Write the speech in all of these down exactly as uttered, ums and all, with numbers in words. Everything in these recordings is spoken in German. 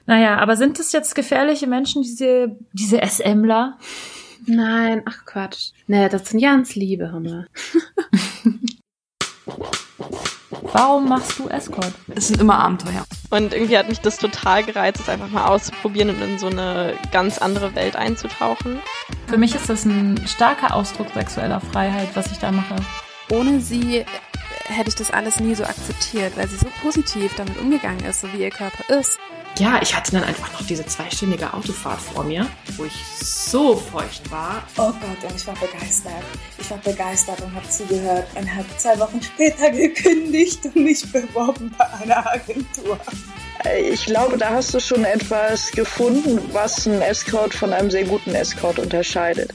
Naja, aber sind das jetzt gefährliche Menschen, diese, diese SMler? Nein, ach Quatsch. Nee, das sind ganz liebe Hummer. Warum machst du Escort? Es sind immer Abenteuer. Und irgendwie hat mich das total gereizt, es einfach mal auszuprobieren und in so eine ganz andere Welt einzutauchen. Für mich ist das ein starker Ausdruck sexueller Freiheit, was ich da mache. Ohne sie hätte ich das alles nie so akzeptiert, weil sie so positiv damit umgegangen ist, so wie ihr Körper ist. Ja, ich hatte dann einfach noch diese zweistündige Autofahrt vor mir, wo ich so feucht war. Oh Gott, und ich war begeistert. Ich war begeistert und habe zugehört und habe zwei Wochen später gekündigt und mich beworben bei einer Agentur. Ich glaube, da hast du schon etwas gefunden, was einen Escort von einem sehr guten Escort unterscheidet.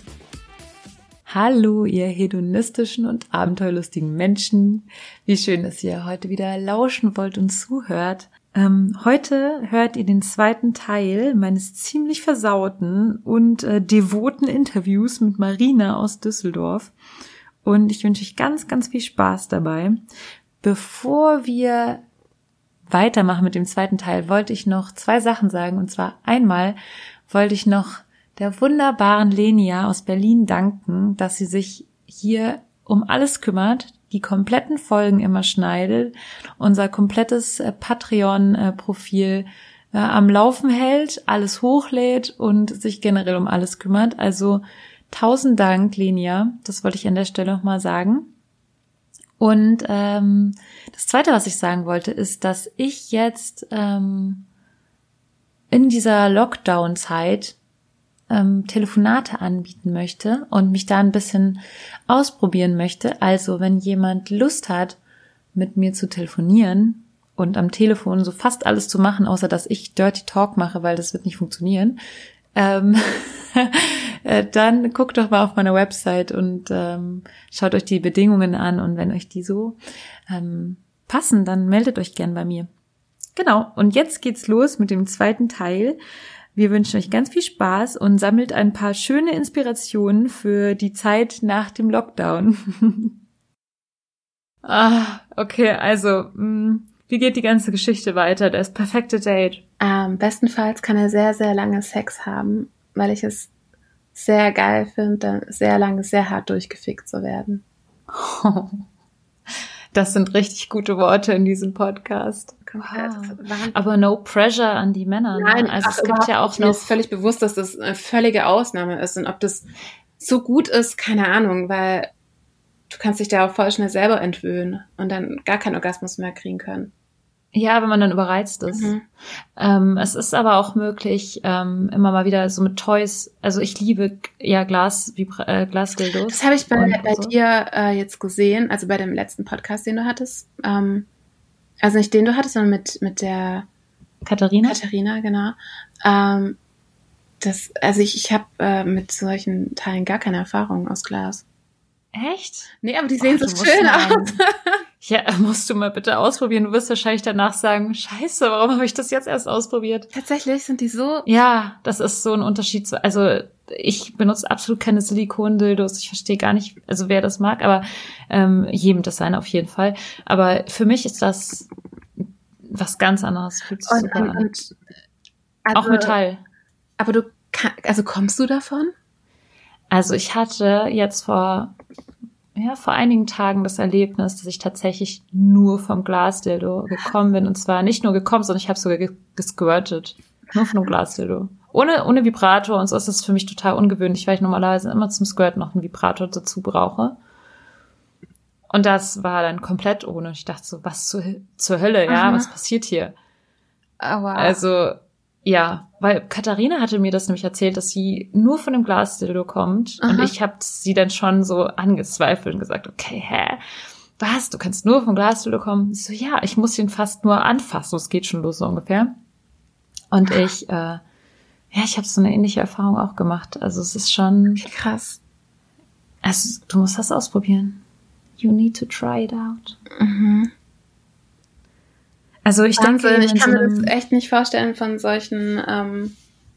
Hallo, ihr hedonistischen und abenteuerlustigen Menschen. Wie schön, dass ihr heute wieder lauschen wollt und zuhört. Ähm, heute hört ihr den zweiten Teil meines ziemlich versauten und äh, devoten Interviews mit Marina aus Düsseldorf. Und ich wünsche euch ganz, ganz viel Spaß dabei. Bevor wir weitermachen mit dem zweiten Teil, wollte ich noch zwei Sachen sagen. Und zwar einmal wollte ich noch der wunderbaren Lenia aus Berlin danken, dass sie sich hier um alles kümmert, die kompletten Folgen immer schneidet, unser komplettes äh, Patreon-Profil äh, am Laufen hält, alles hochlädt und sich generell um alles kümmert. Also tausend Dank, Lenia. Das wollte ich an der Stelle nochmal sagen. Und ähm, das Zweite, was ich sagen wollte, ist, dass ich jetzt ähm, in dieser Lockdown-Zeit ähm, Telefonate anbieten möchte und mich da ein bisschen ausprobieren möchte. Also wenn jemand Lust hat, mit mir zu telefonieren und am Telefon so fast alles zu machen, außer dass ich Dirty Talk mache, weil das wird nicht funktionieren, ähm, dann guckt doch mal auf meiner Website und ähm, schaut euch die Bedingungen an, und wenn euch die so ähm, passen, dann meldet euch gern bei mir. Genau, und jetzt geht's los mit dem zweiten Teil. Wir wünschen euch ganz viel Spaß und sammelt ein paar schöne Inspirationen für die Zeit nach dem Lockdown. ah, okay, also, mh, wie geht die ganze Geschichte weiter? Das perfekte Date. Ähm, bestenfalls kann er sehr, sehr lange Sex haben, weil ich es sehr geil finde, sehr lange, sehr hart durchgefickt zu werden. Oh, das sind richtig gute Worte in diesem Podcast. Wow. Aber no pressure an die Männer. Nein, ne? Also ach, es gibt ja auch mir noch... ist völlig bewusst, dass das eine völlige Ausnahme ist. Und ob das so gut ist, keine Ahnung, weil du kannst dich da auch voll schnell selber entwöhnen und dann gar keinen Orgasmus mehr kriegen können. Ja, wenn man dann überreizt ist. Mhm. Ähm, es ist aber auch möglich, ähm, immer mal wieder so mit Toys, also ich liebe ja Glas, wie äh, Glasdildos. Das habe ich bei, bei so. dir äh, jetzt gesehen, also bei dem letzten Podcast, den du hattest. Ähm, also nicht den du hattest, sondern mit, mit der Katharina. Katharina, genau. Ähm, das, also ich, ich habe äh, mit solchen Teilen gar keine Erfahrung aus Glas. Echt? Nee, aber die sehen oh, so schön aus. Ja, musst du mal bitte ausprobieren. Du wirst wahrscheinlich danach sagen, scheiße, warum habe ich das jetzt erst ausprobiert? Tatsächlich sind die so... Ja, das ist so ein Unterschied. Zu, also ich benutze absolut keine Silikon-Dildos. Ich verstehe gar nicht, also wer das mag, aber ähm, jedem das sein auf jeden Fall. Aber für mich ist das was ganz anderes. Fühlt sich und, super und, an. Und, also, auch Metall. Aber du kann, also kommst du davon? Also ich hatte jetzt vor... ja, vor einigen Tagen das Erlebnis, dass ich tatsächlich nur vom Glasdildo gekommen bin. Und zwar nicht nur gekommen, sondern ich habe sogar gesquirtet. Nur von einem Glasdildo. Ohne, ohne Vibrator. Und so ist es für mich total ungewöhnlich, weil ich normalerweise immer zum Squirt noch einen Vibrator dazu brauche. Und das war dann komplett ohne. Ich dachte so, was zur, zur Hölle, ja, Aha. was passiert hier? Oh, wow. Also, ja, weil Katharina hatte mir das nämlich erzählt, dass sie nur von dem Glasdildo kommt. Aha. Und ich habe sie dann schon so angezweifelt und gesagt, okay, hä, was, du kannst nur vom Glasdildo kommen? Ich so, ja, ich muss ihn fast nur anfassen, es geht schon los so ungefähr. Und ich, äh, ja, ich habe so eine ähnliche Erfahrung auch gemacht. Also es ist schon... krass. Also du musst das ausprobieren. You need to try it out. Mhm. Also ich Wahnsinn, denke, ich kann mir das echt nicht vorstellen von solchen ähm,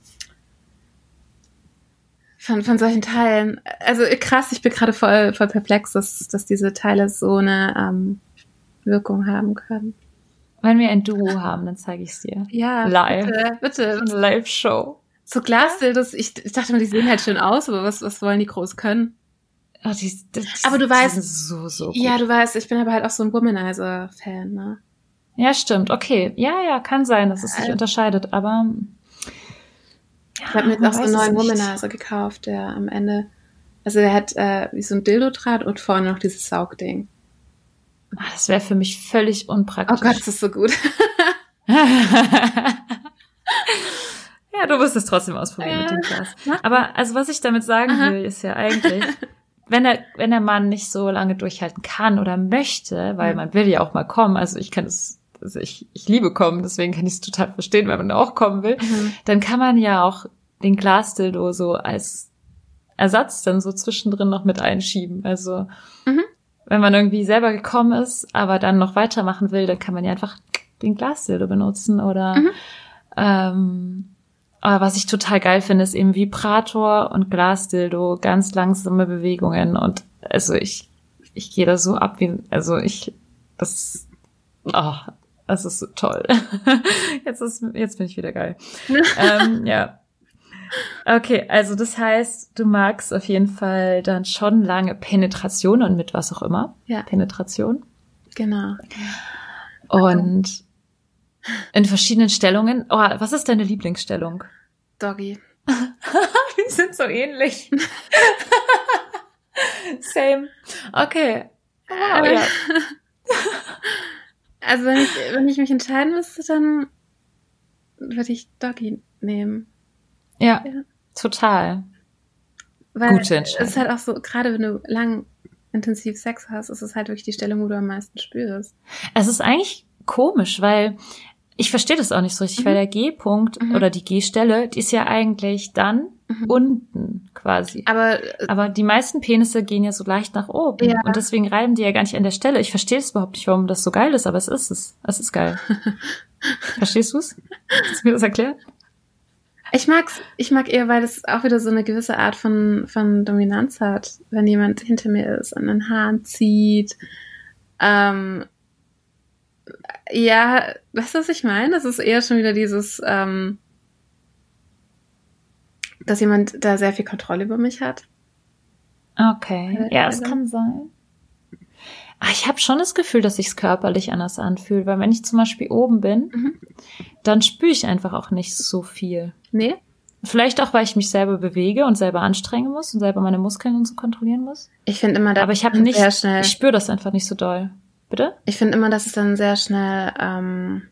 von von solchen Teilen. Also krass, ich bin gerade voll voll perplex, dass dass diese Teile so eine ähm, Wirkung haben können. wenn wir ein Duo haben, dann zeige ich es dir. Ja, Live. bitte, bitte. Eine Live-Show. So Glasdildos, ich, ich dachte mir, die sehen halt schön aus, aber was, was wollen die groß können? Oh, die, die, die, Aber du die weißt- sind so, so gut. Ja, du weißt, ich bin aber halt auch so ein Womanizer-Fan, ne? Ja, stimmt. Okay. Ja, ja, kann sein, dass es sich Also- unterscheidet, aber Ich habe mir jetzt man auch so weiß einen es neuen nicht. Womanizer gekauft, der am Ende, also der hat äh, wie so ein Dildo-Draht und vorne noch dieses Saugding. Ah, das wäre für mich völlig Oh unpraktisch. Gott, das ist so gut. Ja, du wirst es trotzdem ausprobieren mit dem Glas. Aber also was ich damit sagen Aha. will, ist ja eigentlich, wenn der, wenn der Mann nicht so lange durchhalten kann oder möchte, weil Mhm. man will ja auch mal kommen, also ich kann es, also ich, ich liebe kommen, deswegen kann ich es total verstehen, weil man auch kommen will, Mhm. dann kann man ja auch den Glasdildo so als Ersatz dann so zwischendrin noch mit einschieben. Also Mhm. wenn man irgendwie selber gekommen ist, aber dann noch weitermachen will, dann kann man ja einfach den Glasdildo benutzen oder Mhm. ähm, aber was ich total geil finde, ist eben Vibrator und Glasdildo, ganz langsame Bewegungen und also ich ich gehe da so ab wie, also ich, das, oh, das ist so toll. Jetzt ist, jetzt bin ich wieder geil. ähm, ja. Okay, also das heißt, du magst auf jeden Fall dann schon lange Penetration und mit was auch immer. Ja. Penetration. Genau. Und in verschiedenen Stellungen. Oh, was ist deine Lieblingsstellung? Doggy. Wir sind so ähnlich. Same. Okay. Wow, ja. Also wenn ich, wenn ich mich entscheiden müsste, dann würde ich Doggy nehmen. Ja, Ja. total. Weil Gute es ist halt auch so, gerade wenn du lang intensiv Sex hast, ist es halt wirklich die Stellung, wo du am meisten spürst. Es ist eigentlich komisch, weil ich verstehe das auch nicht so richtig, Mhm. weil der G-Punkt Mhm. oder die G-Stelle, die ist ja eigentlich dann Mhm. unten quasi. Aber Aber die meisten Penisse gehen ja so leicht nach oben. Ja. Und deswegen reiben die ja gar nicht an der Stelle. Ich verstehe es überhaupt nicht, warum das so geil ist, aber es ist es. Es ist geil. Verstehst du es? Hast du mir das erklärt? ich mag's, ich mag eher, weil es auch wieder so eine gewisse Art von, von Dominanz hat, wenn jemand hinter mir ist, an den Haaren zieht. Ähm, ja, weißt du, was ich meine? Das ist eher schon wieder dieses, ähm, dass jemand da sehr viel Kontrolle über mich hat. Okay. Äh, Ja, es also- kann sein. Ah, ich habe schon das Gefühl, dass sich's körperlich anders anfühlt, weil wenn ich zum Beispiel oben bin, Mhm. dann spüre ich einfach auch nicht so viel. Nee? Vielleicht auch, weil ich mich selber bewege und selber anstrengen muss und selber meine Muskeln und so kontrollieren muss. Ich finde immer, dass Aber ich habe es nicht, sehr schnell, ich spüre das einfach nicht so doll. Bitte? ich finde immer, dass es dann sehr schnell, ähm,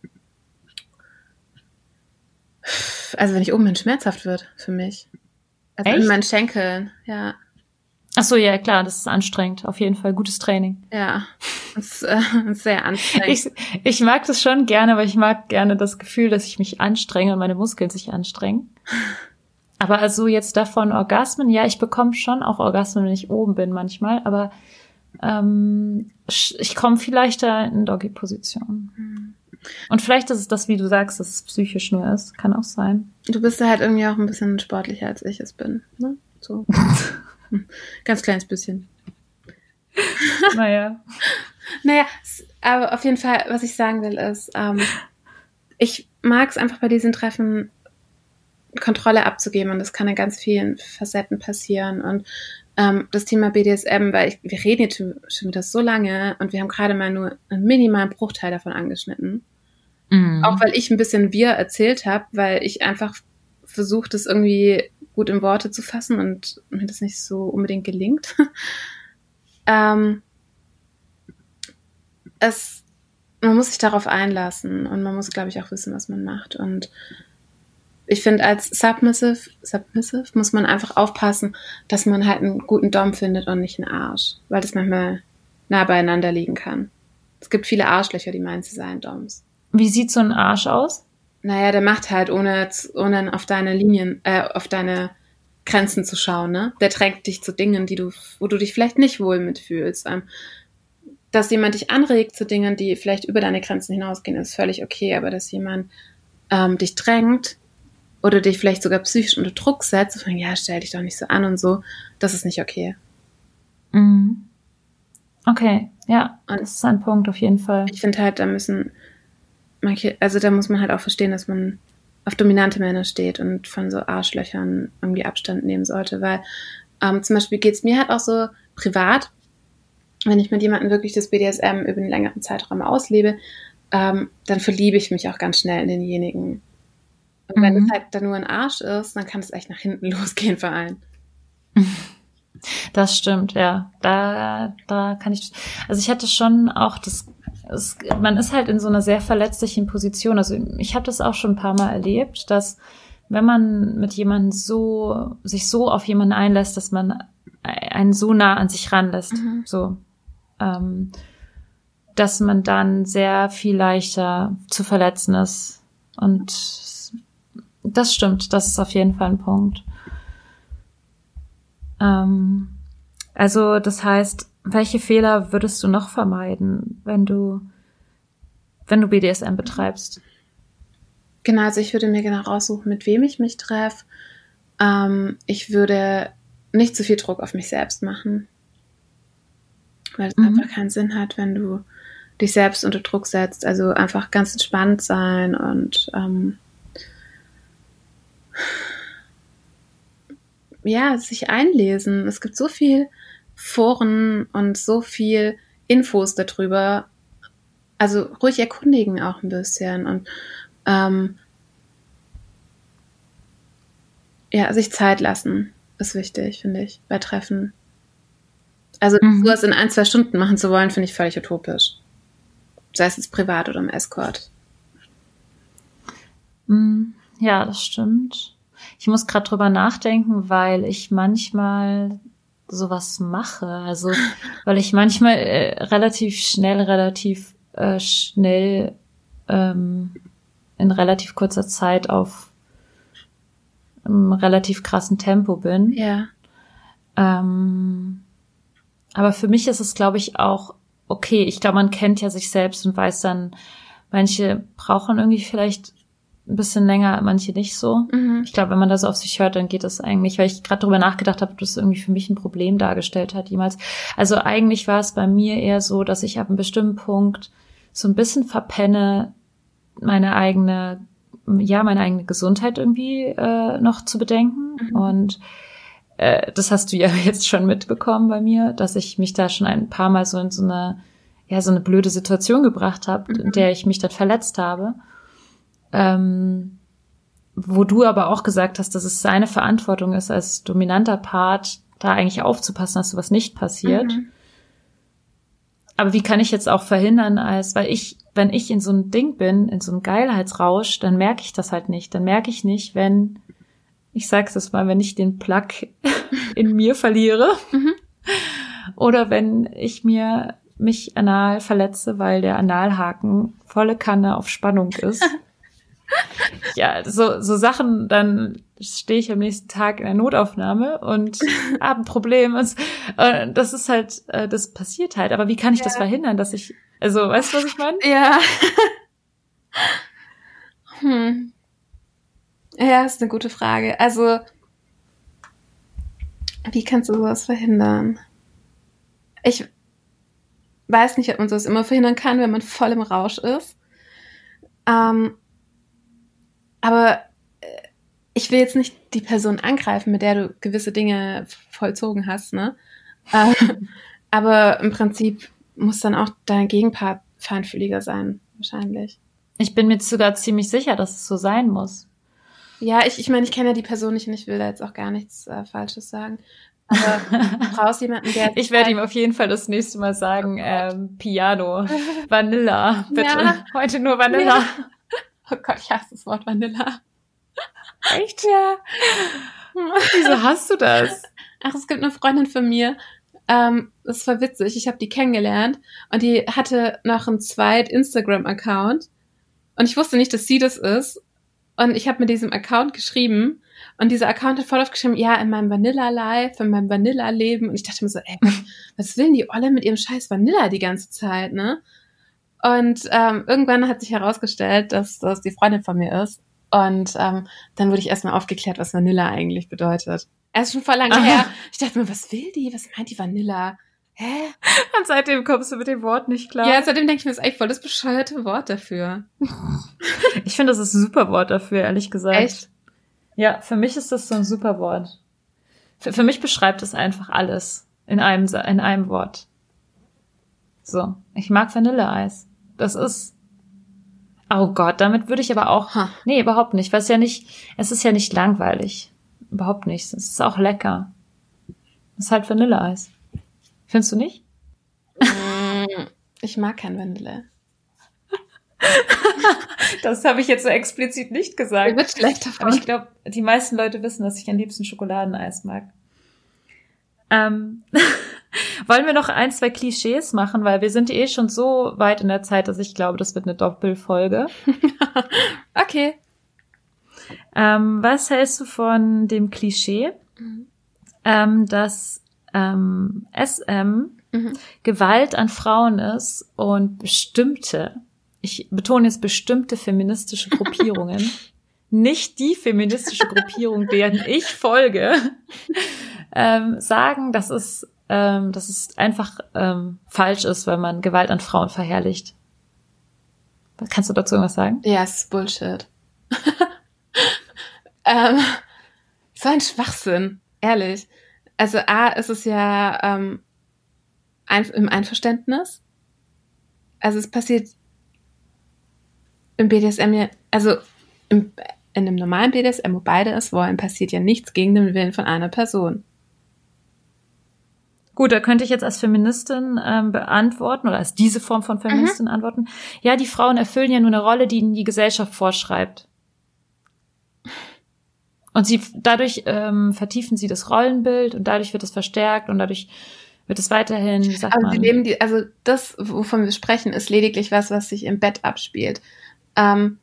also wenn ich oben bin, schmerzhaft wird für mich. Also Echt? in meinen Schenkeln, ja. Ach so, ja, klar, das ist anstrengend. Auf jeden Fall gutes Training. Ja, das ist, äh, ist sehr anstrengend. Ich, ich mag das schon gerne, aber ich mag gerne das Gefühl, dass ich mich anstrenge und meine Muskeln sich anstrengen. Aber also jetzt davon Orgasmen, ja, ich bekomme schon auch Orgasmen, wenn ich oben bin manchmal, aber ähm, sch- ich komme viel leichter in Doggy-Position. Und vielleicht ist es das, wie du sagst, dass es psychisch nur ist. Kann auch sein. Du bist ja halt irgendwie auch ein bisschen sportlicher, als ich es bin. Ne? So. Hm, ganz kleines bisschen. Naja. Naja, s- aber auf jeden Fall, was ich sagen will, ist, ähm, ich mag es einfach bei diesen Treffen, Kontrolle abzugeben, und das kann in ganz vielen Facetten passieren. Und ähm, das Thema B D S M, weil ich, wir reden jetzt schon, schon wieder so lange und wir haben gerade mal nur einen minimalen Bruchteil davon angeschnitten. Mhm. Auch weil ich ein bisschen wir erzählt habe, weil ich einfach versucht, das irgendwie gut in Worte zu fassen und mir das nicht so unbedingt gelingt. ähm, es, man muss sich darauf einlassen und man muss, glaube ich, auch wissen, was man macht. Und ich finde, als Submissive, Submissive muss man einfach aufpassen, dass man halt einen guten Dom findet und nicht einen Arsch, weil das manchmal nah beieinander liegen kann. Es gibt viele Arschlöcher, die meinen, sie seien Doms. Wie sieht so ein Arsch aus? Naja, der macht halt, ohne, ohne auf deine Linien, äh, auf deine Grenzen zu schauen, ne? Der drängt dich zu Dingen, die du, wo du dich vielleicht nicht wohl mitfühlst. Ähm, dass jemand dich anregt zu Dingen, die vielleicht über deine Grenzen hinausgehen, ist völlig okay, aber dass jemand ähm, dich drängt oder dich vielleicht sogar psychisch unter Druck setzt, so von, ja, stell dich doch nicht so an und so, das ist nicht okay. Mhm. Okay, ja, Und- das ist ein Punkt auf jeden Fall. Ich finde halt, da müssen manche, also da muss man halt auch verstehen, dass man auf dominante Männer steht und von so Arschlöchern irgendwie Abstand nehmen sollte, weil ähm, zum Beispiel geht's mir halt auch so privat, wenn ich mit jemandem wirklich das B D S M über einen längeren Zeitraum auslebe, ähm, dann verliebe ich mich auch ganz schnell in denjenigen. Und mhm. wenn es halt dann nur ein Arsch ist, dann kann es echt nach hinten losgehen für einen. Das stimmt, ja. Da, da kann ich, also ich hatte schon auch das, es, man ist halt in so einer sehr verletzlichen Position. Also ich habe das auch schon ein paar Mal erlebt, dass wenn man mit jemandem so, sich so auf jemanden einlässt, dass man einen so nah an sich ranlässt, mhm. so, ähm, dass man dann sehr viel leichter zu verletzen ist. Und das stimmt, das ist auf jeden Fall ein Punkt. Ähm, also das heißt, welche Fehler würdest du noch vermeiden, wenn du, wenn du B D S M betreibst? Genau, also ich würde mir genau raussuchen, mit wem ich mich treffe. Ähm, ich würde nicht zu viel Druck auf mich selbst machen, weil es mhm. einfach keinen Sinn hat, wenn du dich selbst unter Druck setzt. Also einfach ganz entspannt sein und ähm, ja, sich einlesen. Es gibt so viel Foren und so viel Infos darüber. Also ruhig erkundigen auch ein bisschen und ähm, ja, sich Zeit lassen ist wichtig, finde ich, bei Treffen. Also mhm. sowas in ein, zwei Stunden machen zu wollen, finde ich völlig utopisch. Sei es jetzt privat oder im Escort. Ja, das stimmt. Ich muss gerade drüber nachdenken, weil ich manchmal sowas mache. Also, weil ich manchmal äh, relativ schnell, relativ äh, schnell ähm, in relativ kurzer Zeit auf einem relativ krassen Tempo bin. Ja. Ähm, aber für mich ist es, glaube ich, auch okay. Ich glaube, man kennt ja sich selbst und weiß dann, manche brauchen irgendwie vielleicht ein bisschen länger, manche nicht so. Mhm. Ich glaube, wenn man das auf sich hört, dann geht das eigentlich, weil ich gerade drüber nachgedacht habe, ob das irgendwie für mich ein Problem dargestellt hat jemals. Also eigentlich war es bei mir eher so, dass ich ab einem bestimmten Punkt so ein bisschen verpenne, meine eigene, ja, meine eigene Gesundheit irgendwie äh, noch zu bedenken. Mhm. Und äh, das hast du ja jetzt schon mitbekommen bei mir, dass ich mich da schon ein paar Mal so in so eine, ja, so eine blöde Situation gebracht habe, mhm. in der ich mich dann verletzt habe. Ähm, wo du aber auch gesagt hast, dass es seine Verantwortung ist, als dominanter Part da eigentlich aufzupassen, dass sowas nicht passiert. Mhm. Aber wie kann ich jetzt auch verhindern, als, weil ich, wenn ich in so einem Ding bin, in so einem Geilheitsrausch, dann merke ich das halt nicht. Dann merke ich nicht, wenn, ich sag's jetzt mal, wenn ich den Plug in mir verliere mhm. oder wenn ich mir mich anal verletze, weil der Analhaken volle Kanne auf Spannung ist. Ja, so, so Sachen, dann stehe ich am nächsten Tag in der Notaufnahme und habe ein Problem. Und, äh, das ist halt, äh, das passiert halt. Aber wie kann ich ja. das verhindern, dass ich, also, weißt du, was ich meine? Ja. hm. Ja, ist eine gute Frage. Also, wie kannst du sowas verhindern? Ich weiß nicht, ob man sowas immer verhindern kann, wenn man voll im Rausch ist. Ähm, Aber ich will jetzt nicht die Person angreifen, mit der du gewisse Dinge vollzogen hast, ne? Aber im Prinzip muss dann auch dein Gegenpart feinfühliger sein, wahrscheinlich. Ich bin mir sogar ziemlich sicher, dass es so sein muss. Ja, ich, ich meine, ich kenne ja die Person nicht und ich will da jetzt auch gar nichts äh, Falsches sagen. Aber du brauchst jemanden, der... Ich werde ihm auf jeden Fall das nächste Mal sagen, ähm, Piano, Vanilla, bitte. Ja. Heute nur Vanilla. Ja. Oh Gott, ich hasse das Wort Vanilla. Echt? Ja. Wieso hast du das? Ach, es gibt eine Freundin von mir, ähm, das war witzig, ich habe die kennengelernt und die hatte noch einen zweiten Instagram-Account und ich wusste nicht, dass sie das ist und ich habe mit diesem Account geschrieben und dieser Account hat voll oft geschrieben, ja, in meinem Vanilla-Life, in meinem Vanilla-Leben und ich dachte mir so, ey, was, was will denn die Olle mit ihrem scheiß Vanilla die ganze Zeit, ne? Und ähm, irgendwann hat sich herausgestellt, dass das die Freundin von mir ist. Und ähm, dann wurde ich erstmal aufgeklärt, was Vanilla eigentlich bedeutet. Er ist schon voll lange Aha. her. Ich dachte mir, was will die? Was meint die Vanilla? Hä? Und seitdem kommst du mit dem Wort nicht klar. Ja, seitdem denke ich mir, das ist eigentlich voll das bescheuerte Wort dafür. Ich finde, das ist ein super Wort dafür, ehrlich gesagt. Echt? Ja, für mich ist das so ein super Wort. Für, für mich beschreibt es einfach alles in einem, Sa- in einem Wort. So, ich mag Vanilleeis. Das ist... Oh Gott, damit würde ich aber auch... Ha. Nee, überhaupt nicht, weil es ja nicht... Es ist ja nicht langweilig. Überhaupt nicht. Es ist auch lecker. Es ist halt Vanilleeis. Findest du nicht? Ich mag kein Vanille. Das habe ich jetzt so explizit nicht gesagt. Mir wird schlecht davon. Aber ich glaube, die meisten Leute wissen, dass ich am liebsten Schokoladeneis mag. Ähm, wollen wir noch ein, zwei Klischees machen, weil wir sind eh schon so weit in der Zeit, dass ich glaube, das wird eine Doppelfolge. Okay. Ähm, was hältst du von dem Klischee, Mhm. ähm, dass ähm, S M Mhm. Gewalt an Frauen ist und bestimmte, ich betone jetzt bestimmte feministische Gruppierungen, nicht die feministische Gruppierung, deren ich folge, ähm, sagen, dass es, ähm, dass es einfach ähm, falsch ist, wenn man Gewalt an Frauen verherrlicht. Kannst du dazu irgendwas sagen? Ja, es ist Bullshit. ähm, so ein Schwachsinn, ehrlich. Also A, ist es ja ähm, ein, im Einverständnis. Also es passiert im B D S M ja, also im, in einem normalen B D S M, wo beide es wollen, passiert ja nichts gegen den Willen von einer Person. Gut, da könnte ich jetzt als Feministin ähm, beantworten oder als diese Form von Feministin Mhm. antworten. Ja, die Frauen erfüllen ja nur eine Rolle, die ihnen die Gesellschaft vorschreibt. Und sie dadurch ähm, vertiefen sie das Rollenbild und dadurch wird es verstärkt und dadurch wird es weiterhin, wie sagt Aber man? sie leben die, also das, wovon wir sprechen, ist lediglich was, was sich im Bett abspielt. Ähm,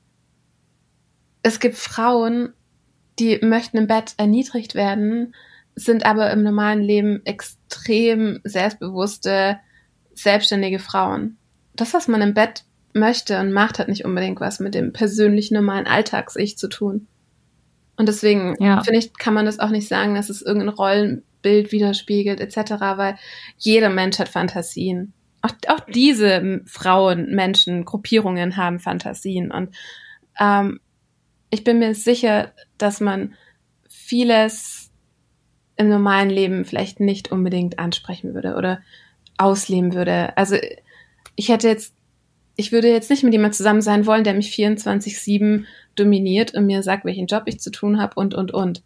es gibt Frauen, die möchten im Bett erniedrigt werden, sind aber im normalen Leben extrem selbstbewusste, selbstständige Frauen. Das, was man im Bett möchte und macht, hat nicht unbedingt was mit dem persönlichen, normalen Alltags-Ich zu tun. Und deswegen, Ja. finde ich, kann man das auch nicht sagen, dass es irgendein Rollenbild widerspiegelt, et cetera, weil jeder Mensch hat Fantasien. Auch, auch diese Frauen, Menschen, Gruppierungen haben Fantasien. Und ähm, ich bin mir sicher, dass man vieles im normalen Leben vielleicht nicht unbedingt ansprechen würde oder ausleben würde. Also ich hätte jetzt, ich würde jetzt nicht mit jemandem zusammen sein wollen, der mich vierundzwanzig sieben dominiert und mir sagt, welchen Job ich zu tun habe und, und, und.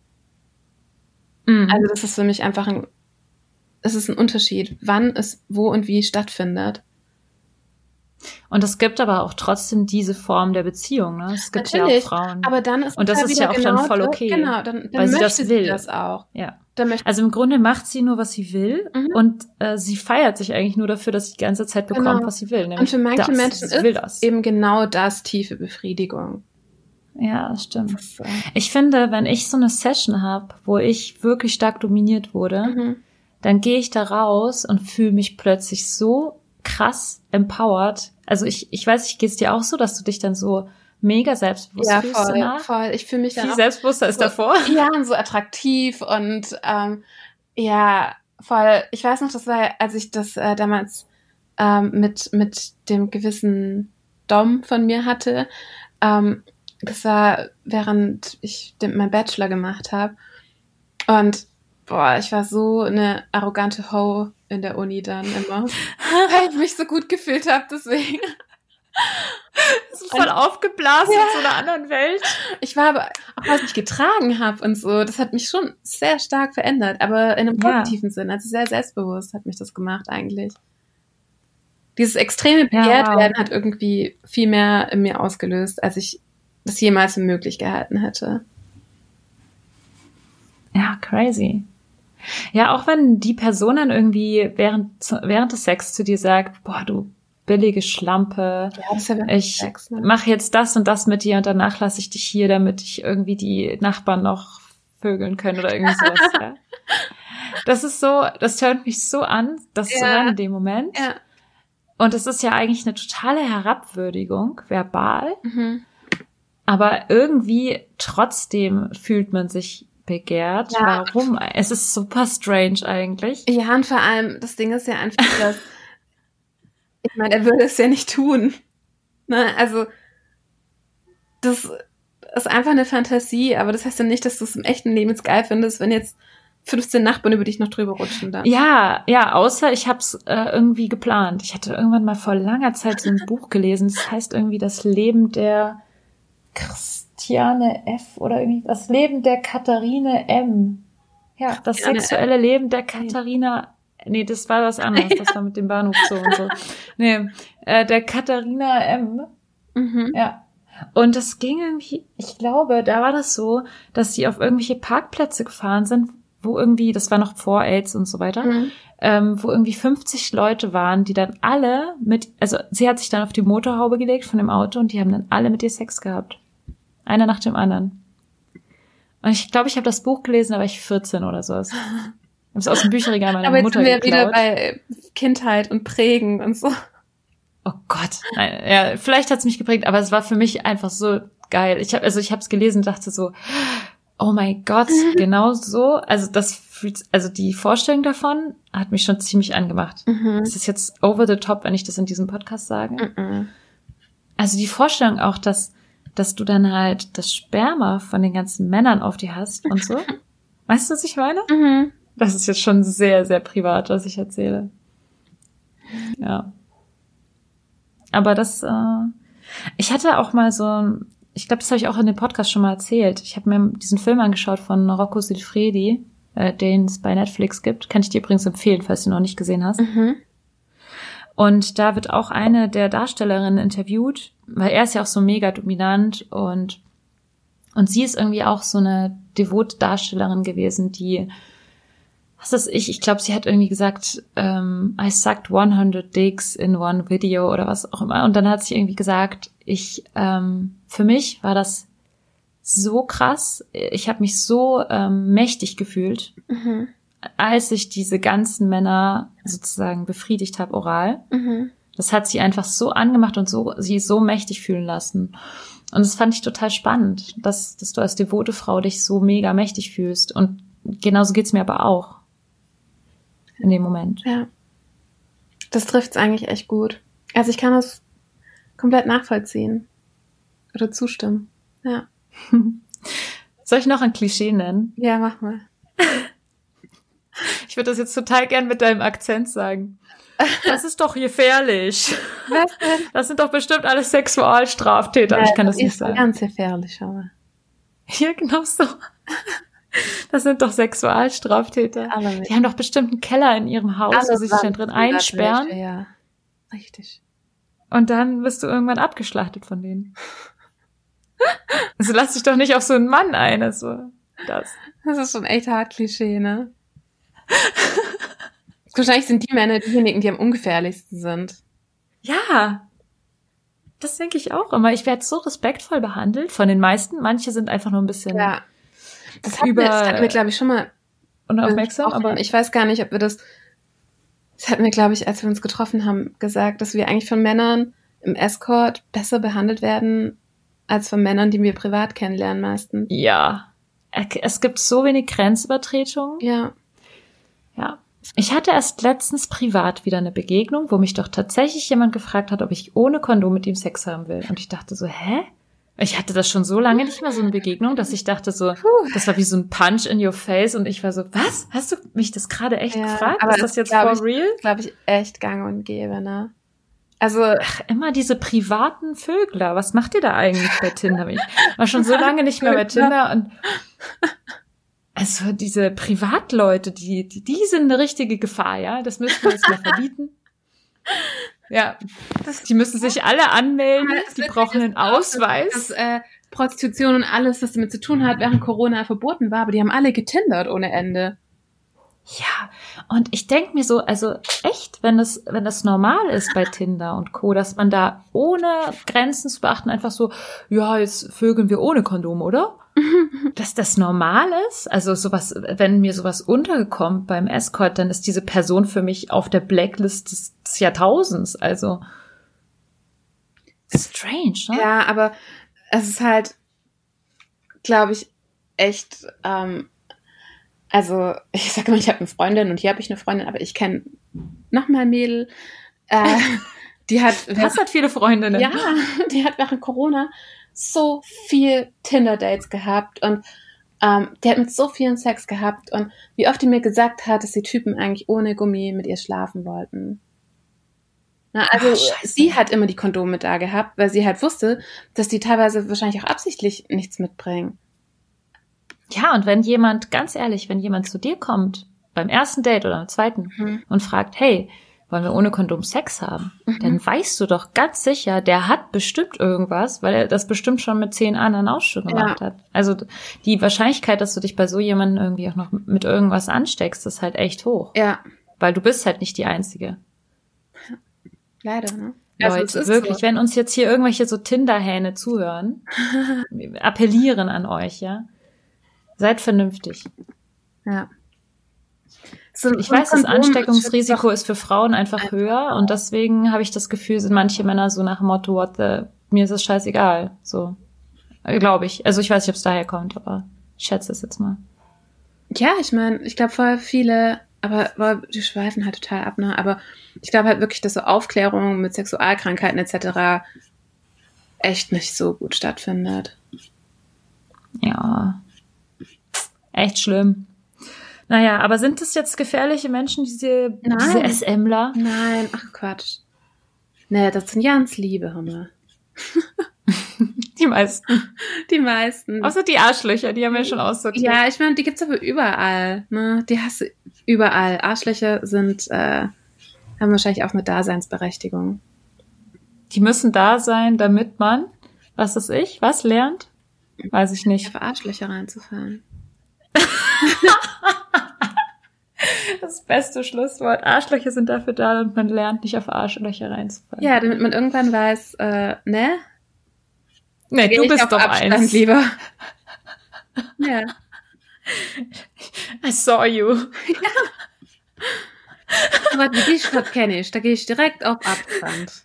Mhm. Also das ist für mich einfach ein, es ist ein Unterschied, wann es wo und wie stattfindet. Und es gibt aber auch trotzdem diese Form der Beziehung. Ne? Es gibt ja auch Natürlich, Frauen. aber dann ist Und es das ist wieder ja auch genau dann voll das- okay, Genau, dann, dann weil sie möchte das sie will. das auch. Ja. Dann möchte Also im Grunde macht sie nur, was sie will Mhm. und äh, sie feiert sich eigentlich nur dafür, dass sie die ganze Zeit bekommt, Genau. was sie will. und Nämlich für manche das. Menschen sie will ist das. eben genau das tiefe Befriedigung. Ja, das stimmt. So. Ich finde, wenn ich so eine Session habe, wo ich wirklich stark dominiert wurde, Mhm. dann gehe ich da raus und fühle mich plötzlich so krass empowered. Also ich, ich weiß nicht, geht es dir auch so, dass du dich dann so mega selbstbewusst Ja, fühlst voll, danach? voll. Ich fühle mich dann Viel auch selbstbewusster als so- davor. Ja, und so attraktiv und ähm, ja, voll. Ich weiß noch, das war, als ich das äh, damals ähm, mit mit dem gewissen Dom von mir hatte. Ähm, das war, während ich den, meinen Bachelor gemacht habe. Und boah, ich war so eine arrogante Ho in der Uni dann immer, weil ich mich so gut gefühlt habe, deswegen. Voll aufgeblasen Ja. in so einer anderen Welt. Ich war aber, auch was ich getragen habe und so, das hat mich schon sehr stark verändert, aber in einem Ja. positiven Sinn, also sehr selbstbewusst hat mich das gemacht eigentlich. Dieses extreme Ja, Begehrtwerden wow. hat irgendwie viel mehr in mir ausgelöst, als ich das jemals für möglich gehalten hätte. Ja, crazy. Ja, auch wenn die Person dann irgendwie während, während des Sex zu dir sagt, boah, du billige Schlampe, Ja, das ist ja wirklich ich Sex, ne? mache jetzt das und das mit dir und danach lasse ich dich hier, damit ich irgendwie die Nachbarn noch vögeln können oder irgendwie sowas. Ja. Das ist so, das tönt mich so an, das zu Ja. hören in dem Moment. Ja. Und es ist ja eigentlich eine totale Herabwürdigung, verbal, Mhm. aber irgendwie trotzdem fühlt man sich begehrt. Ja. Warum? Es ist super strange eigentlich. Ja, und vor allem, das Ding ist ja einfach, dass, ich meine, er würde es ja nicht tun. Ne? Also, das ist einfach eine Fantasie, aber das heißt ja nicht, dass du es im echten Leben jetzt geil findest, wenn jetzt fünfzehn Nachbarn über dich noch drüber rutschen dann. Ja, ja, außer ich hab's äh, irgendwie geplant. Ich hatte irgendwann mal vor langer Zeit so ein Buch gelesen, das heißt irgendwie das Leben der Christiane F. oder irgendwie das Leben der Katharine M. Ja, das Christiane sexuelle Leben der Katharina. Nee, das war was anderes, das war mit dem Bahnhof so und so. Nee, äh, der Katharina M. Mhm. Ja. Und das ging irgendwie, ich glaube, da war das so, dass sie auf irgendwelche Parkplätze gefahren sind, wo irgendwie, das war noch vor AIDS und so weiter, Mhm. ähm, wo irgendwie fünfzig Leute waren, die dann alle mit, also sie hat sich dann auf die Motorhaube gelegt von dem Auto und die haben dann alle mit ihr Sex gehabt. Einer nach dem anderen. Und ich glaube, ich habe das Buch gelesen, da war ich vierzehn oder so. Ich habe es aus dem Bücherregal meiner Aber jetzt Mutter sind wir geklaut. wieder bei Kindheit und Prägen und so. Oh Gott, nein, ja, vielleicht hat's mich geprägt, aber es war für mich einfach so geil. Ich habe, also ich habe es gelesen und dachte so, oh mein Gott, genau so. Also das fühlt, also die Vorstellung davon hat mich schon ziemlich angemacht. Mhm. Ist das jetzt over the top, wenn ich das in diesem Podcast sage? Mhm. Also die Vorstellung auch, dass, dass du dann halt das Sperma von den ganzen Männern auf dir hast und so. Weißt du, was ich meine? Mhm. Das ist jetzt schon sehr, sehr privat, was ich erzähle. Ja. Aber das, äh, ich hatte auch mal so, ich glaube, das habe ich auch in dem Podcast schon mal erzählt. Ich habe mir diesen Film angeschaut von Rocco Siffredi, äh, den es bei Netflix gibt. Kann ich dir übrigens empfehlen, falls du ihn noch nicht gesehen hast. Mhm. Und da wird auch eine der Darstellerinnen interviewt, weil er ist ja auch so mega dominant und und sie ist irgendwie auch so eine devote Darstellerin gewesen, die, was ist ich, ich glaube, sie hat irgendwie gesagt, ähm, I sucked hundred dicks in one video oder was auch immer. Und dann hat sie irgendwie gesagt, ich, ähm, für mich war das so krass, ich habe mich so ähm, mächtig gefühlt, Mhm. als ich diese ganzen Männer sozusagen befriedigt habe oral. Mhm. Das hat sie einfach so angemacht und so sie so mächtig fühlen lassen. Und das fand ich total spannend, dass, dass du als devote Frau dich so mega mächtig fühlst. Und genauso geht's mir aber auch in dem Moment. Ja. Das trifft's eigentlich echt gut. Also ich kann das komplett nachvollziehen. Oder zustimmen. Ja. Soll ich noch ein Klischee nennen? Ja, mach mal. Ich würde das jetzt total gern mit deinem Akzent sagen. Das ist doch gefährlich. Was denn? Das sind doch bestimmt alles Sexualstraftäter. Ich kann das nicht ist sagen. ganz gefährlich, aber. Ja, genau so. Das sind doch Sexualstraftäter. Alle mit. Die haben doch bestimmt einen Keller in ihrem Haus, wo sie sich dann drin einsperren. Ja, richtig. Und dann wirst du irgendwann abgeschlachtet von denen. Also lass dich doch nicht auf so einen Mann ein. Also das. Das ist schon echt hart Klischee, ne? Wahrscheinlich sind die Männer diejenigen, die am ungefährlichsten sind. Ja, das denke ich auch immer. Ich werde so respektvoll behandelt von den meisten. Manche sind einfach nur ein bisschen Ja. Das hatten über wir, das hatten wir, glaube ich, schon mal unaufmerksam. besprochen. Aber ich weiß gar nicht, ob wir das, das hatten wir, glaube ich, als wir uns getroffen haben, gesagt, dass wir eigentlich von Männern im Escort besser behandelt werden, als von Männern, die wir privat kennenlernen meistens. ja, es gibt so wenig Grenzübertretungen. Ja. Ja. Ich hatte erst letztens privat wieder eine Begegnung, wo mich doch tatsächlich jemand gefragt hat, ob ich ohne Kondom mit ihm Sex haben will. Und ich dachte so, hä? Ich hatte das schon so lange nicht mehr, so eine Begegnung, dass ich dachte so, das war wie so ein Punch in your face. Und ich war so, was? Hast du mich das gerade echt Ja, gefragt? aber Ist das jetzt glaub for ich- real? Glaube ich, echt gang und gäbe, ne? Also, Ach, immer diese privaten Vögler. Was macht ihr da eigentlich bei Tinder? Ich war schon so lange nicht mehr bei Tinder und also diese Privatleute, die, die, die sind eine richtige Gefahr, ja? Das müssen wir jetzt mal verbieten. Ja, die müssen sich alle anmelden, Das die Witzige brauchen einen ist auch, Ausweis. dass äh, Prostitution und alles, was damit zu tun hat, während Corona verboten war, aber die haben alle getindert ohne Ende. Ja, und ich denk mir so, also echt, wenn das, wenn das normal ist bei Tinder und Co., dass man da ohne Grenzen zu beachten einfach so, ja, jetzt vögeln wir ohne Kondom, oder? Dass das normal ist? Also sowas, wenn mir sowas untergekommt beim Escort, dann ist diese Person für mich auf der Blacklist des, des Jahrtausends. Also strange, ne? Ja, aber es ist halt, glaube ich, echt, ähm, also ich sage immer, ich habe eine Freundin und hier habe ich eine Freundin, aber ich kenne noch mal ein Mädel, äh, die hat... Das hat viele Freundinnen. Ja, die hat während Corona so viel Tinder-Dates gehabt und ähm, die hat mit so vielen Sex gehabt und wie oft die mir gesagt hat, dass die Typen eigentlich ohne Gummi mit ihr schlafen wollten. Na, also Ach, sie hat immer die Kondome da gehabt, weil sie halt wusste, dass die teilweise wahrscheinlich auch absichtlich nichts mitbringen. Ja, und wenn jemand, ganz ehrlich, wenn jemand zu dir kommt, beim ersten Date oder beim zweiten, Mhm. und fragt, hey, wollen wir ohne Kondom Sex haben? Mhm. Dann weißt du doch ganz sicher, der hat bestimmt irgendwas, weil er das bestimmt schon mit zehn anderen auch schon gemacht Ja. hat. Also die Wahrscheinlichkeit, dass du dich bei so jemandem irgendwie auch noch mit irgendwas ansteckst, ist halt echt hoch. Ja, Weil du bist halt nicht die Einzige. leider, ne? Leute, es ist wirklich, so. wenn uns jetzt hier irgendwelche so Tinder-Hähne zuhören, wir appellieren an euch, ja. Seid vernünftig. Ja. So, Ich so ein weiß, das Kondom Ansteckungsrisiko schützt doch- ist für Frauen einfach höher und deswegen habe ich das Gefühl, sind manche Männer so nach dem Motto, what the, mir ist es scheißegal, so. Glaube ich. Also ich weiß nicht, ob es daher kommt, aber ich schätze es jetzt mal. Ja, ich meine, ich glaube voll viele, aber boah, die schweifen halt total ab, ne? Aber ich glaube halt wirklich, dass so Aufklärung mit Sexualkrankheiten et cetera echt nicht so gut stattfindet. Ja. Echt schlimm. Naja, aber sind das jetzt gefährliche Menschen, diese, Nein. diese SMler? Nein, ach Quatsch. Nee, das sind ganz liebe Hummer. Die meisten. Die meisten. Außer die Arschlöcher, die haben wir schon aussortiert. Ja, ich meine, die gibt's aber überall, ne? Die hast du überall. Arschlöcher sind, äh, haben wahrscheinlich auch eine Daseinsberechtigung. Die müssen da sein, damit man, was ist ich, was lernt? Weiß ich nicht. Auf Arschlöcher reinzufallen. Das beste Schlusswort. Arschlöcher sind dafür da, und man lernt nicht auf Arschlöcher reinzufallen. Ja, damit man irgendwann weiß, äh, ne? Nee, Geh du ich bist auf doch Abstand eins. lieber. Ja. I saw you. Aber die Stadt kenne ich, da gehe ich direkt auf Abstand.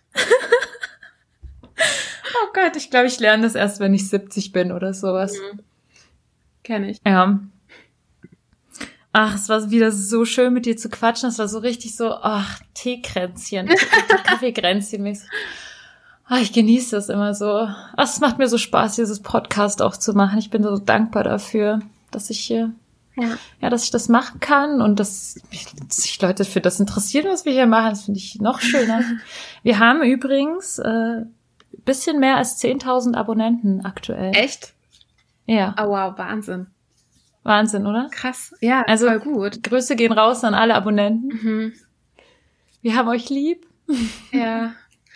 Oh Gott, ich glaube, ich lerne das erst, wenn ich siebzig bin oder sowas. Mhm. Kenne ich. Ja. Ach, es war wieder so schön, mit dir zu quatschen. Es war so richtig so, ach, Teekränzchen, Kaffeekränzchen mäßig. Ach, ich genieße das immer so. Ach, es macht mir so Spaß, dieses Podcast auch zu machen. Ich bin so dankbar dafür, dass ich hier, Ja. ja, dass ich das machen kann und dass sich Leute für das interessieren, was wir hier machen. Das finde ich noch schöner. Wir haben übrigens äh, bisschen mehr als zehntausend Abonnenten aktuell. Echt? Ja, Oh wow, Wahnsinn. Wahnsinn, oder? Krass. Ja, Also- voll gut. Grüße gehen raus an alle Abonnenten. Mhm. Wir haben euch lieb. Ja.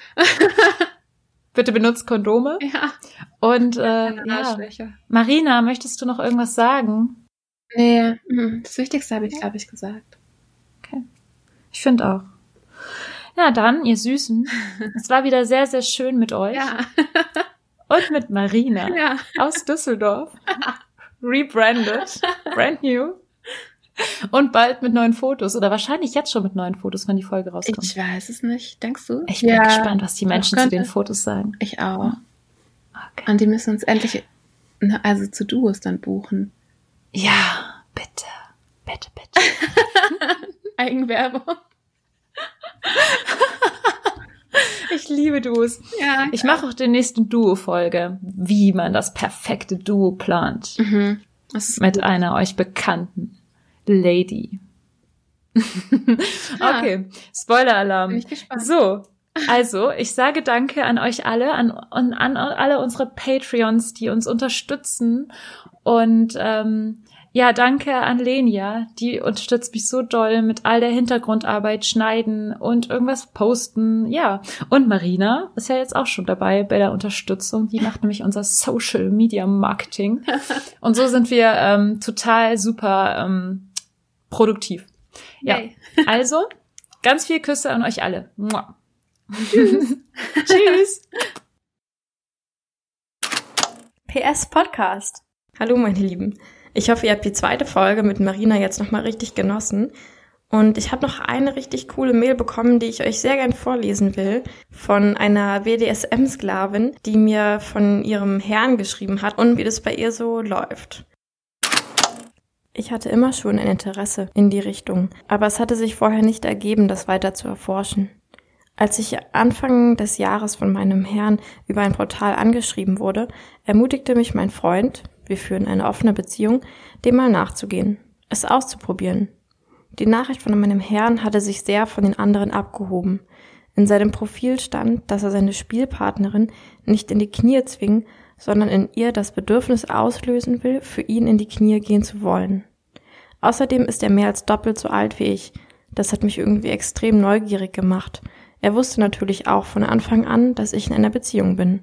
Bitte benutzt Kondome. Ja. Und äh, Keine ja, Arschlöcher. Marina, möchtest du noch irgendwas sagen? Nee, mhm. Das Wichtigste habe ich, glaube ich, gesagt. Ich finde auch. Ja, dann, ihr Süßen. Es war wieder sehr, sehr schön mit euch. Ja. Und mit Marina Ja. aus Düsseldorf. Rebranded. Brand new. Und bald mit neuen Fotos. Oder wahrscheinlich jetzt schon mit neuen Fotos, wenn die Folge rauskommt. Ich weiß es nicht. Denkst du? Ich bin ja, gespannt, was die Menschen das zu könnte- den Fotos sagen. Ich auch. Okay. Und die müssen uns endlich, ne, also zu Duos dann buchen. Ja, bitte. Bitte, bitte. Eigenwerbung. Ich liebe Duos. Ja. Ich mache auch den nächsten Duo-Folge, wie man das perfekte Duo plant. Mhm. Das ist Mit einer euch bekannten Lady. Okay, Spoiler-Alarm. Bin ich gespannt. So, also, ich sage danke an euch alle, an, an, an alle unsere Patreons, die uns unterstützen. Und ähm, ja, danke an Lenia, die unterstützt mich so doll mit all der Hintergrundarbeit, Schneiden und irgendwas posten. Ja, und Marina ist ja jetzt auch schon dabei bei der Unterstützung. Die macht nämlich unser Social Media Marketing. Und so sind wir ähm, total super ähm, produktiv. Ja, Yay. also ganz viel Küsse an euch alle. Mua. Tschüss. Tschüss. P S Podcast. Hallo meine Lieben. Ich hoffe, ihr habt die zweite Folge mit Marina jetzt nochmal richtig genossen. Und ich habe noch eine richtig coole Mail bekommen, die ich euch sehr gern vorlesen will, von einer B D S M-Sklavin, die mir von ihrem Herrn geschrieben hat und wie das bei ihr so läuft. Ich hatte immer schon ein Interesse in die Richtung, aber es hatte sich vorher nicht ergeben, das weiter zu erforschen. Als ich Anfang des Jahres von meinem Herrn über ein Portal angeschrieben wurde, ermutigte mich mein Freund, wir führen eine offene Beziehung, dem mal nachzugehen, es auszuprobieren. Die Nachricht von meinem Herrn hatte sich sehr von den anderen abgehoben. In seinem Profil stand, dass er seine Spielpartnerin nicht in die Knie zwingen, sondern in ihr das Bedürfnis auslösen will, für ihn in die Knie gehen zu wollen. Außerdem ist er mehr als doppelt so alt wie ich. Das hat mich irgendwie extrem neugierig gemacht. Er wusste natürlich auch von Anfang an, dass ich in einer Beziehung bin.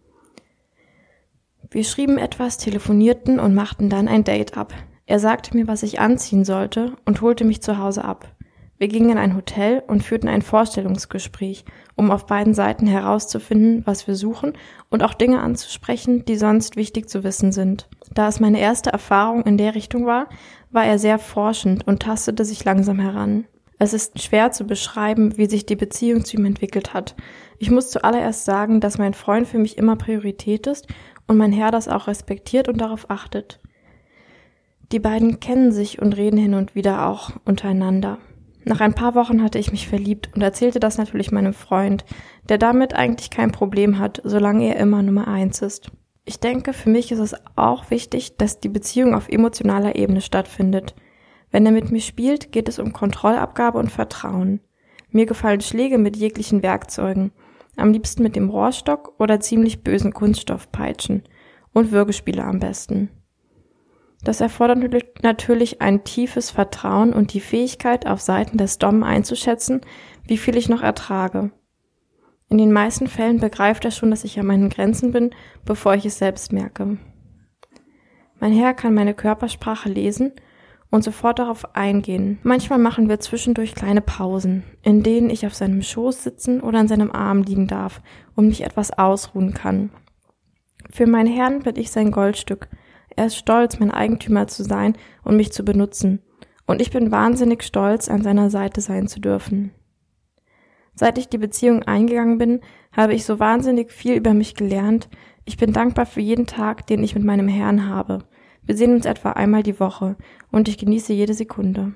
Wir schrieben etwas, telefonierten und machten dann ein Date ab. Er sagte mir, was ich anziehen sollte und holte mich zu Hause ab. Wir gingen in ein Hotel und führten ein Vorstellungsgespräch, um auf beiden Seiten herauszufinden, was wir suchen und auch Dinge anzusprechen, die sonst wichtig zu wissen sind. Da es meine erste Erfahrung in der Richtung war, war er sehr forschend und tastete sich langsam heran. Es ist schwer zu beschreiben, wie sich die Beziehung zu ihm entwickelt hat. Ich muss zuallererst sagen, dass mein Freund für mich immer Priorität ist und mein Herr das auch respektiert und darauf achtet. Die beiden kennen sich und reden hin und wieder auch untereinander. Nach ein paar Wochen hatte ich mich verliebt und erzählte das natürlich meinem Freund, der damit eigentlich kein Problem hat, solange er immer Nummer eins ist. Ich denke, für mich ist es auch wichtig, dass die Beziehung auf emotionaler Ebene stattfindet. Wenn er mit mir spielt, geht es um Kontrollabgabe und Vertrauen. Mir gefallen Schläge mit jeglichen Werkzeugen, am liebsten mit dem Rohrstock oder ziemlich bösen Kunststoffpeitschen und Würgespiele am besten. Das erfordert natürlich ein tiefes Vertrauen und die Fähigkeit, auf Seiten des Dom einzuschätzen, wie viel ich noch ertrage. In den meisten Fällen begreift er schon, dass ich an meinen Grenzen bin, bevor ich es selbst merke. Mein Herr kann meine Körpersprache lesen und sofort darauf eingehen. Manchmal machen wir zwischendurch kleine Pausen, in denen ich auf seinem Schoß sitzen oder an seinem Arm liegen darf und mich etwas ausruhen kann. Für meinen Herrn bin ich sein Goldstück. Er ist stolz, mein Eigentümer zu sein und mich zu benutzen. Und ich bin wahnsinnig stolz, an seiner Seite sein zu dürfen. Seit ich die Beziehung eingegangen bin, habe ich so wahnsinnig viel über mich gelernt. Ich bin dankbar für jeden Tag, den ich mit meinem Herrn habe. Wir sehen uns etwa einmal die Woche und ich genieße jede Sekunde.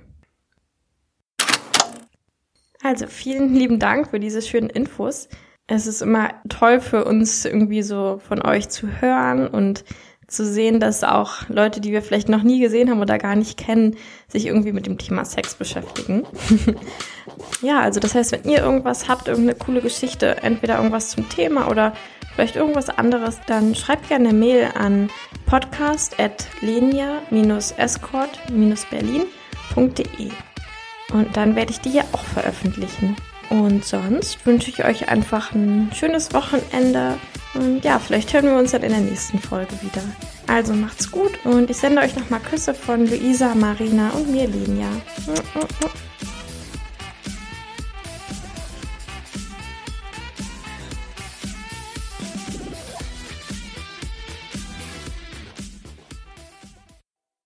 Also vielen lieben Dank für diese schönen Infos. Es ist immer toll für uns irgendwie so von euch zu hören und zu sehen, dass auch Leute, die wir vielleicht noch nie gesehen haben oder gar nicht kennen, sich irgendwie mit dem Thema Sex beschäftigen. Ja, also das heißt, wenn ihr irgendwas habt, irgendeine coole Geschichte, entweder irgendwas zum Thema oder vielleicht irgendwas anderes, dann schreibt gerne eine Mail an podcast at lenia dash escort dash berlin punkt de und dann werde ich die hier auch veröffentlichen. Und sonst wünsche ich euch einfach ein schönes Wochenende und ja, vielleicht hören wir uns dann in der nächsten Folge wieder. Also macht's gut und ich sende euch nochmal Küsse von Luisa, Marina und mir, Lenia.